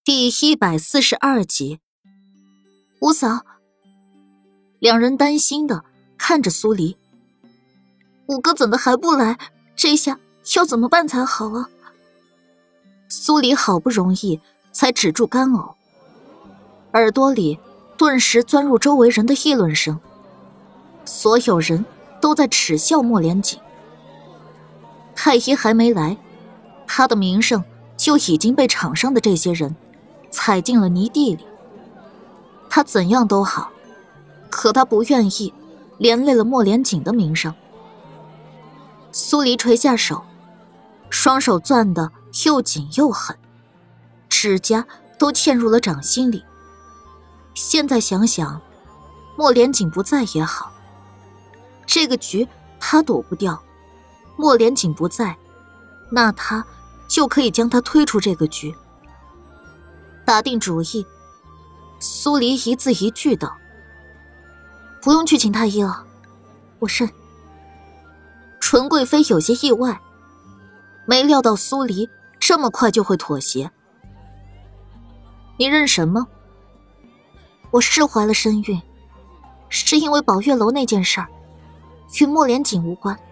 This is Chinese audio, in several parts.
第142集。吴嫂，两人担心的看着苏黎。五哥怎么还不来？这下要怎么办才好啊？苏黎好不容易才止住干呕，耳朵里顿时钻入周围人的议论声，所有人都在耻笑莫连锦。太医还没来，他的名声就已经被场上的这些人踩进了泥地里。他怎样都好，可他不愿意连累了莫连锦的名声。苏黎垂下手，双手攥得又紧又狠，指甲都嵌入了掌心里。现在想想，莫连锦不在也好，这个局他躲不掉，莫连锦不在，那他就可以将他推出这个局。打定主意，苏黎一字一句道：“不用去请太医了，我认。”纯贵妃有些意外，没料到苏黎这么快就会妥协。你认什么？我是怀了身孕，是因为宝月楼那件事儿，与莫连锦无关。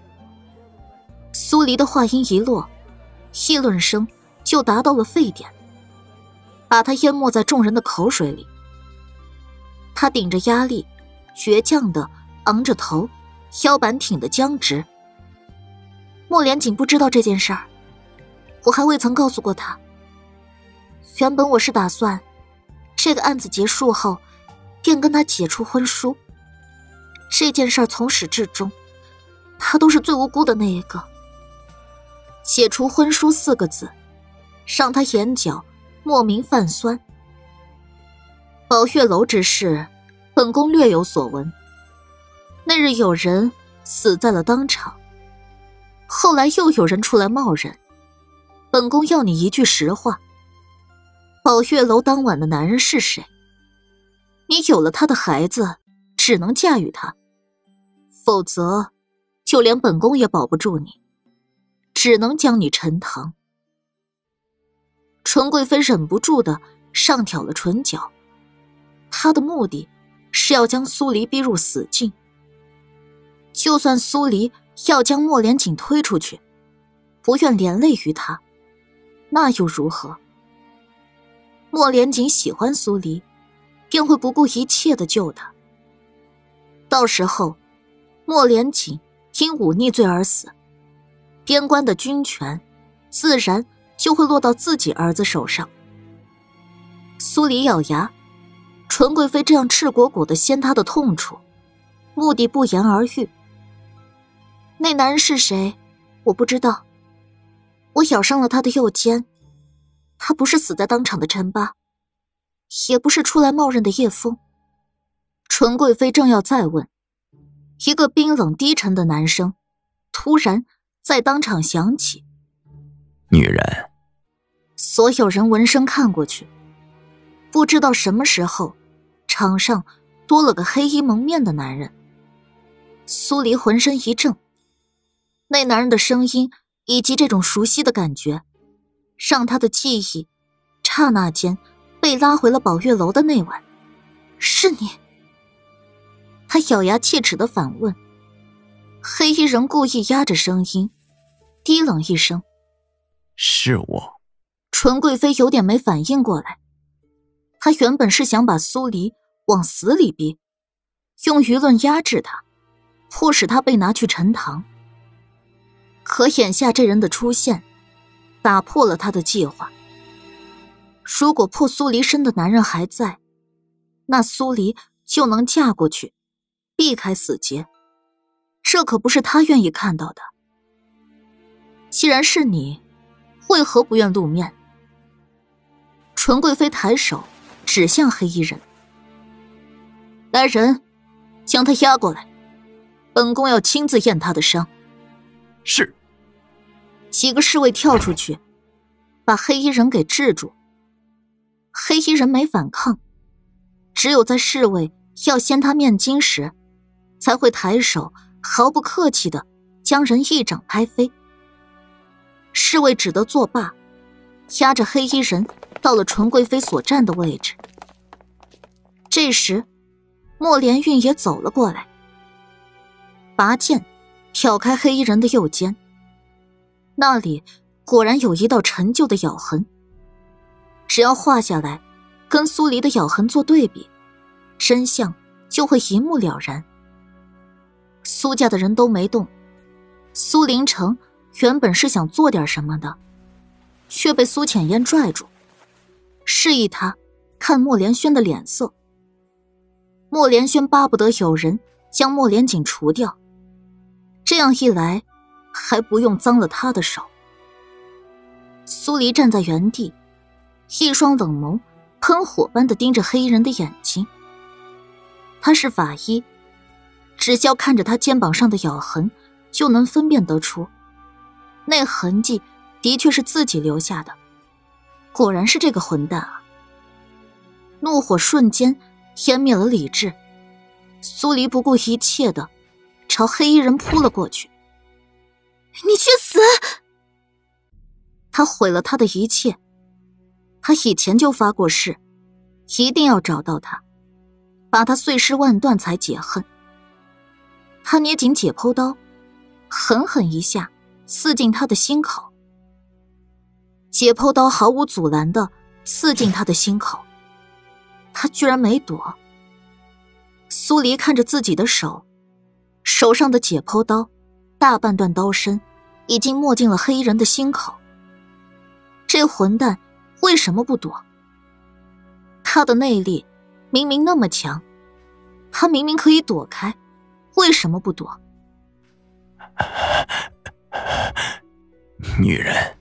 苏黎的话音一落，议论声就达到了沸点，把他淹没在众人的口水里。他顶着压力，倔强地昂着头，腰板挺得僵直。莫连锦不知道这件事儿，我还未曾告诉过他。原本我是打算这个案子结束后便跟他解除婚书，这件事儿从始至终他都是最无辜的那一个。解除婚书4个字让他眼角莫名泛酸。宝月楼之事本宫略有所闻，那日有人死在了当场，后来又有人出来冒认，本宫要你一句实话，宝月楼当晚的男人是谁？你有了他的孩子，只能驾驭他，否则就连本宫也保不住你，只能将你沉塘。纯贵妃忍不住的上挑了唇角，她的目的是要将苏黎逼入死境。就算苏黎要将莫连锦推出去，不愿连累于他，那又如何？莫连锦喜欢苏黎，便会不顾一切地救他。到时候莫连锦因忤逆罪而死，边关的军权自然就会落到自己儿子手上。苏黎咬牙，纯贵妃这样赤果果地掀他的痛处，目的不言而喻。那男人是谁？我不知道。我咬伤了他的右肩，他不是死在当场的陈八，也不是出来冒认的叶枫。纯贵妃正要再问，一个冰冷低沉的男声突然在当场响起：“ 女人。” 所有人闻声看过去，不知道什么时候场上多了个黑衣蒙面的男人。苏黎浑身一怔，那男人的声音以及这种熟悉的感觉，让他的记忆刹那间被拉回了宝月楼的那晚。是你？他咬牙切齿地反问。黑衣人故意压着声音，低冷一声：“ 是我。” 纯贵妃有点没反应过来，她原本是想把苏黎往死里逼，用舆论压制他，迫使他被拿去沉塘。可眼下这人的出现打破了他的计划。如果破苏黎身的男人还在，那苏黎就能嫁过去，避开死结，这可不是他愿意看到的。既然是你，为何不愿露面？纯贵妃抬手指向黑衣人：“来人，将他押过来，本宫要亲自验他的伤。” 是。 几个侍卫跳出去，把黑衣人给制住。黑衣人没反抗，只有在侍卫要掀他面巾时，才会抬手毫不客气地将人一掌拍飞。侍卫只得作罢，压着黑衣人到了纯贵妃所站的位置。这时莫连运也走了过来，拔剑挑开黑衣人的右肩，那里果然有一道陈旧的咬痕，只要画下来跟苏黎的咬痕做对比，真相就会一目了然。苏家的人都没动，苏林城原本是想做点什么的，却被苏浅烟拽住，示意他看莫连轩的脸色。莫连轩巴不得有人将莫连锦除掉，这样一来还不用脏了他的手。苏黎站在原地，一双冷眸喷火般地盯着黑衣人的眼睛。他是法医，只需要看着他肩膀上的咬痕就能分辨得出，那痕迹的确是自己留下的。果然是这个混蛋啊！怒火瞬间湮灭了理智，苏黎不顾一切的朝黑衣人扑了过去。你去死！他毁了他的一切，他以前就发过誓，一定要找到他，把他碎尸万段才解恨。他捏紧解剖刀，狠狠一下刺进他的心口。解剖刀毫无阻拦地刺进他的心口，他居然没躲。苏黎看着自己的手，手上的解剖刀大半段刀身已经没进了黑衣人的心口。这混蛋为什么不躲？他的内力明明那么强，他明明可以躲开，为什么不躲？ 女人，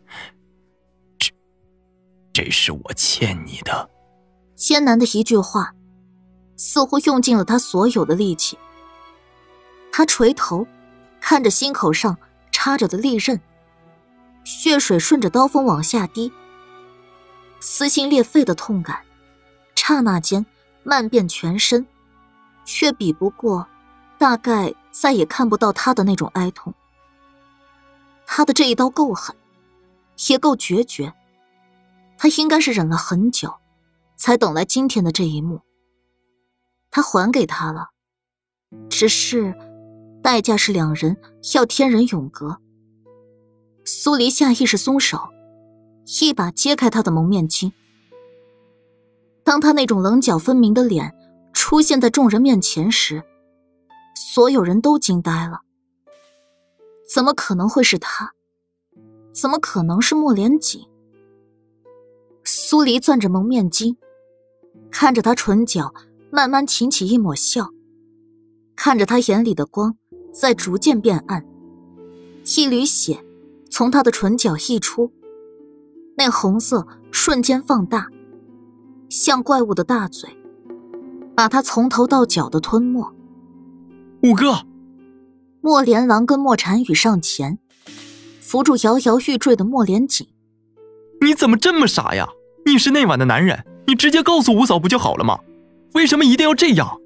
这是我欠你的。 艰难的一句话，似乎用尽了他所有的力气。他垂头，看着心口上插着的利刃，血水顺着刀锋往下滴，撕心裂肺的痛感，刹那间漫遍全身，却比不过大概再也看不到他的那种哀痛。他的这一刀够狠，也够决绝，他应该是忍了很久，才等来今天的这一幕。他还给他了，只是代价是两人要天人永隔。苏黎下意识松手，一把揭开他的蒙面巾。当他那种棱角分明的脸出现在众人面前时，所有人都惊呆了。怎么可能会是他？怎么可能是莫连锦？苏黎攥着蒙面巾，看着他唇角慢慢噙起一抹笑，看着他眼里的光在逐渐变暗，一缕血从他的唇角溢出，那红色瞬间放大，像怪物的大嘴，把他从头到脚的吞没。 五哥！ 莫连郎跟莫禅雨上前，扶住摇摇欲坠的莫连锦。 你怎么这么傻呀？你是那晚的男人，你直接告诉五嫂不就好了吗？为什么一定要这样？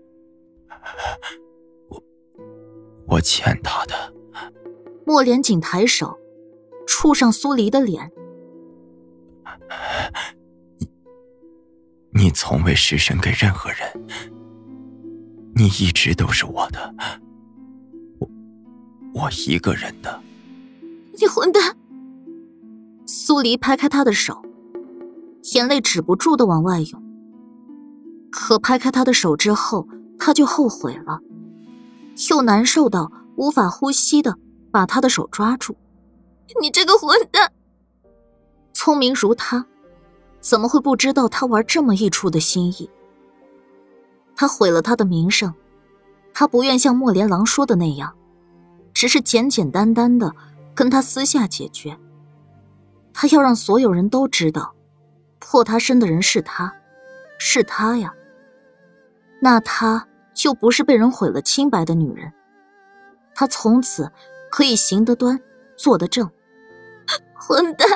我欠他的。 莫连锦抬手触上苏黎的脸。 你从未施身给任何人，你一直都是我的，我一个人的。 你混蛋！苏黎拍开他的手，眼泪止不住地往外涌。可拍开他的手之后，他就后悔了，又难受到无法呼吸的把他的手抓住。你这个混蛋！聪明如他，怎么会不知道他玩这么一出的心意？他毁了他的名声，他不愿像莫连郎说的那样，只是简简单单的跟他私下解决。他要让所有人都知道，破他身的人是他，是他呀。那他就不是被人毁了清白的女人，他从此可以行得端，坐得正。混蛋！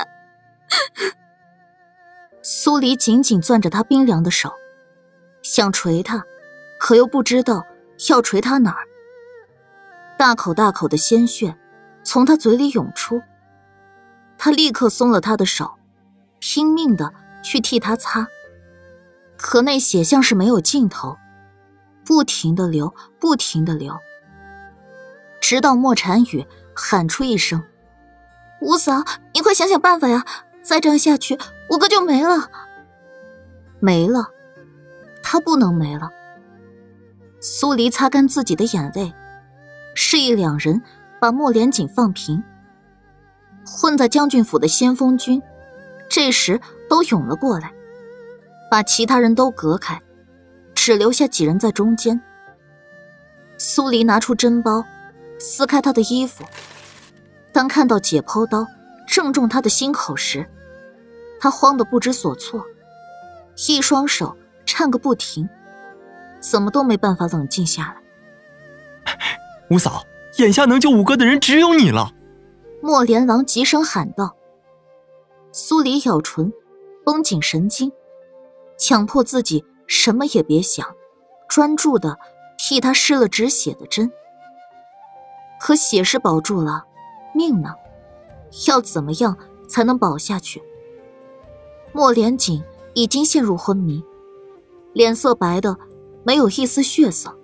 苏黎紧紧攥着他冰凉的手，想捶他，可又不知道要捶他哪儿。大口大口的鲜血从他嘴里涌出，他立刻松了他的手，拼命地去替他擦，可那血像是没有尽头，不停地流，不停地流，直到莫禅雨喊出一声：“五嫂，你快想想办法呀！再这样下去，五哥就没了。”没了，他不能没了。苏黎擦干自己的眼泪，示意两人把莫连锦放平。混在将军府的先锋军这时都涌了过来，把其他人都隔开，只留下几人在中间。苏黎拿出针包，撕开他的衣服，当看到解剖刀正中他的心口时，他慌得不知所措，一双手颤个不停，怎么都没办法冷静下来。 五嫂，眼下能救五哥的人只有你了。 莫连郎急声喊道。苏黎咬唇，绷紧神经，强迫自己什么也别想，专注地替他施了止血的针。可血是保住了，命呢？要怎么样才能保下去？莫连锦已经陷入昏迷，脸色白的没有一丝血色。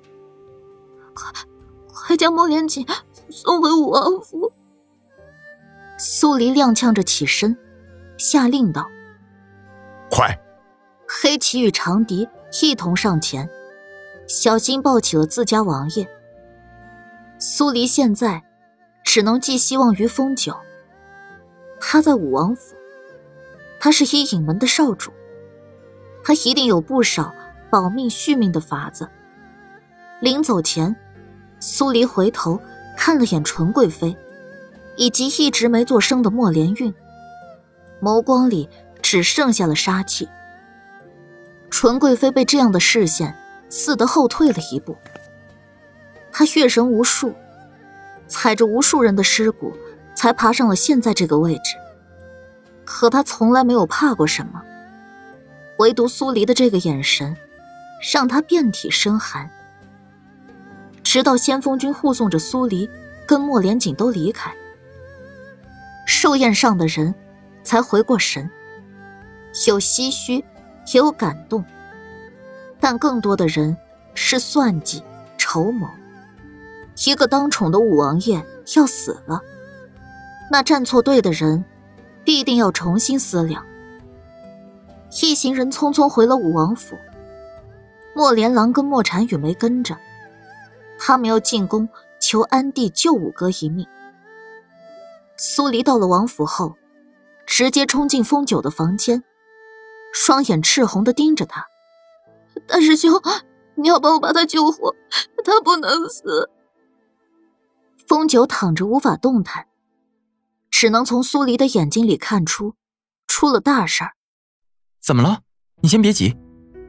快将莫连锦送回武王府！苏黎踉跄着起身，下令道：“ 快！” 黑旗与长笛一同上前，小心抱起了自家王爷。苏黎现在只能寄希望于风九，他在武王府，他是伊尹门的少主，他一定有不少保命续命的法子。临走前，苏黎回头看了眼纯贵妃以及一直没做声的莫连运，眸光里只剩下了杀气。纯贵妃被这样的视线刺得后退了一步，她月神无数，踩着无数人的尸骨才爬上了现在这个位置，可她从来没有怕过什么，唯独苏黎的这个眼神让她遍体生寒。直到先锋军护送着苏黎跟莫连锦都离开，寿宴上的人才回过神，有唏嘘也有感动，但更多的人是算计筹谋。一个当宠的武王爷要死了，那站错队的人必定要重新思量。一行人匆匆回了武王府，莫连郎跟莫禅雨没跟着，他们要进宫求安帝救五哥一命。苏黎到了王府后，直接冲进风九的房间，双眼赤红地盯着他：“大师兄，你要帮我把他救活，他不能死。”风九躺着无法动弹，只能从苏黎的眼睛里看出了大事儿。 怎么了？你先别急。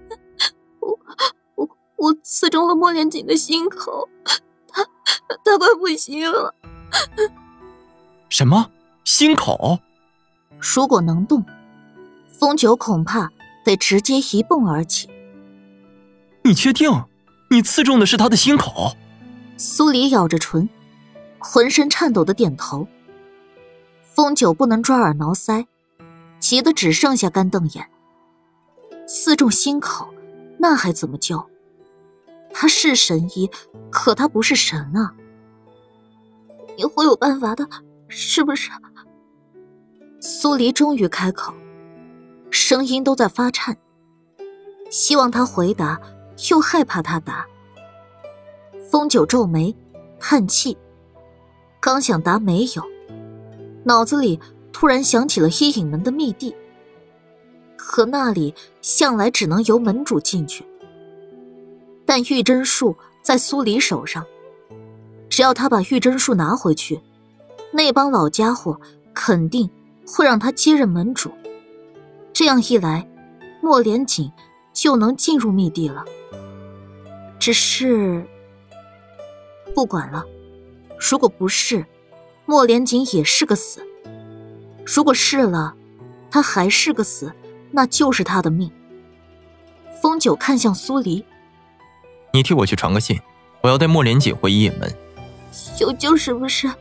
我刺中了莫连锦的心口，他快不行了。 什么？心口？ 如果能动，风九恐怕得直接一蹦而起。 你确定？你刺中的是他的心口？ 苏黎咬着唇，浑身颤抖的点头。风九不能抓耳挠腮，急得只剩下干瞪眼。刺中心口，那还怎么救？他是神医，可他不是神啊。你会有办法的，是不是？苏黎终于开口，声音都在发颤，希望他回答，又害怕他答。风九皱眉叹气，刚想答没有，脑子里突然想起了伊尹门的密地，可那里向来只能由门主进去。但玉针术在苏黎手上，只要他把玉针术拿回去，那帮老家伙肯定会让他接任门主。这样一来，莫连锦就能进入密地了。只是不管了，如果不是，莫连锦也是个死；如果是了，他还是个死，那就是他的命。风九看向苏黎：“ 你替我去传个信，我要带莫连锦回伊尹门。” 有救是不是？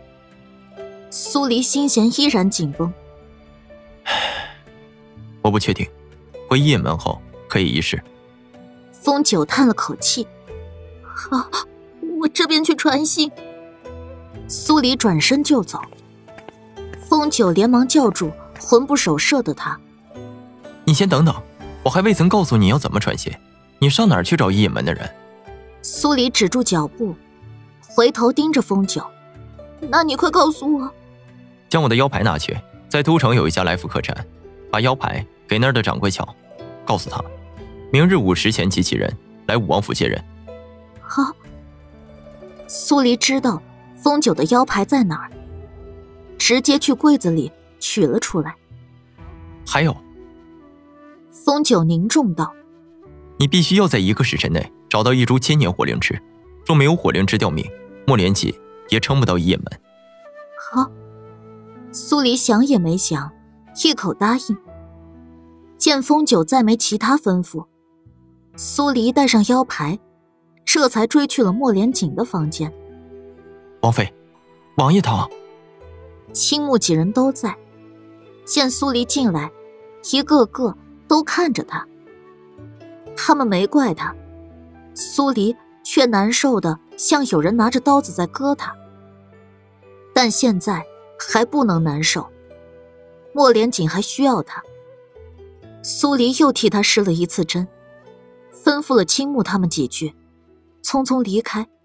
苏黎心弦依然紧绷。 我不确定， 回伊尹门后可以一试。 风九叹了口气，好，我这边去传信。苏黎转身就走，风九连忙叫住魂不守舍的他， 你先等等，我还未曾告诉你要怎么传信，你上哪儿去找伊尹门的人？ 苏黎止住脚步，回头盯着风九，那你快告诉我。 将我的腰牌拿去，在都城有一家来福客栈，把腰牌给那儿的掌柜瞧，告诉他明日午时前集齐人来武王府接人。 好。苏黎知道风九的腰牌在哪儿，直接去柜子里取了出来。 还有， 风九凝重道， 你必须要在1个时辰内找到一株千年火灵芝，若没有火灵芝吊命，莫连锦也撑不到伊尹门。 好。苏黎想也没想，一口答应。见风九再没其他吩咐，苏黎带上腰牌，这才追去了莫连锦的房间。 王妃，王爷他。 青木几人都在，见苏黎进来，一个个都看着他。他们没怪他，苏黎却难受的像有人拿着刀子在割他。但现在还不能难受，莫连锦还需要他。苏黎又替他施了一次针，吩咐了青木他们几句，匆匆离开。